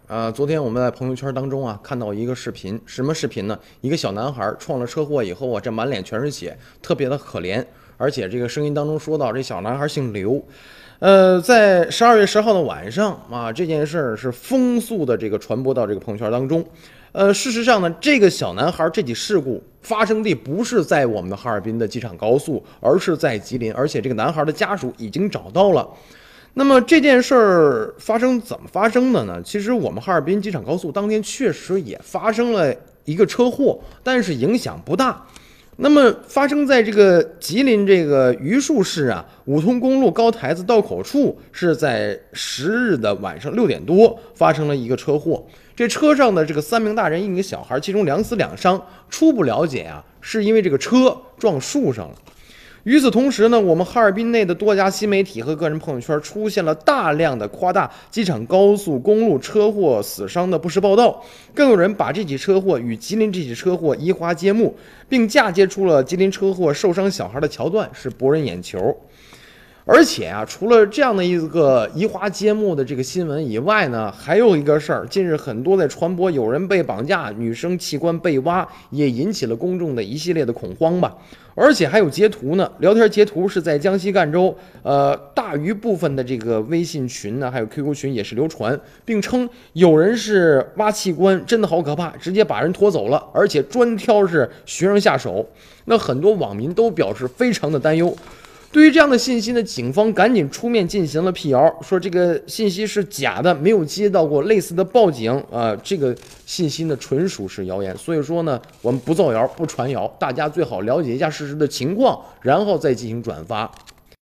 昨天我们在朋友圈当中看到一个视频，什么视频呢？一个小男孩撞了车祸以后这满脸全是血，特别的可怜。而且这个声音当中说到，这小男孩姓刘。在12月10号的晚上这件事儿是风速的这个传播到这个朋友圈当中。事实上呢，这个小男孩这起事故发生地不是在我们的哈尔滨的机场高速，而是在吉林，而且这个男孩的家属已经找到了。那么这件事儿怎么发生的呢？其实我们哈尔滨机场高速当天确实也发生了一个车祸，但是影响不大。那么发生在这个吉林这个榆树市五通公路高台子道口处，是在10日的晚上6点多发生了一个车祸。这车上的这个3名大人1名小孩，其中2死2伤。初步了解是因为这个车撞树上了。与此同时呢，我们哈尔滨内的多家新媒体和个人朋友圈出现了大量的夸大机场高速公路车祸死伤的不实报道，更有人把这起车祸与吉林这起车祸移花接木，并嫁接出了吉林车祸受伤小孩的桥段，是博人眼球。而且除了这样的一个移花接木的这个新闻以外呢，还有一个事儿，近日很多在传播有人被绑架、女生器官被挖，也引起了公众的一系列的恐慌吧。而且还有截图呢，聊天截图是在江西赣州，大余部分的这个微信群呢，还有 QQ 群也是流传，并称有人是挖器官，真的好可怕，直接把人拖走了，而且专挑是学生下手。那很多网民都表示非常的担忧。对于这样的信息呢，警方赶紧出面进行了辟谣，说这个信息是假的，没有接到过类似的报警这个信息呢纯属是谣言。所以说呢，我们不造谣不传谣，大家最好了解一下事实的情况，然后再进行转发。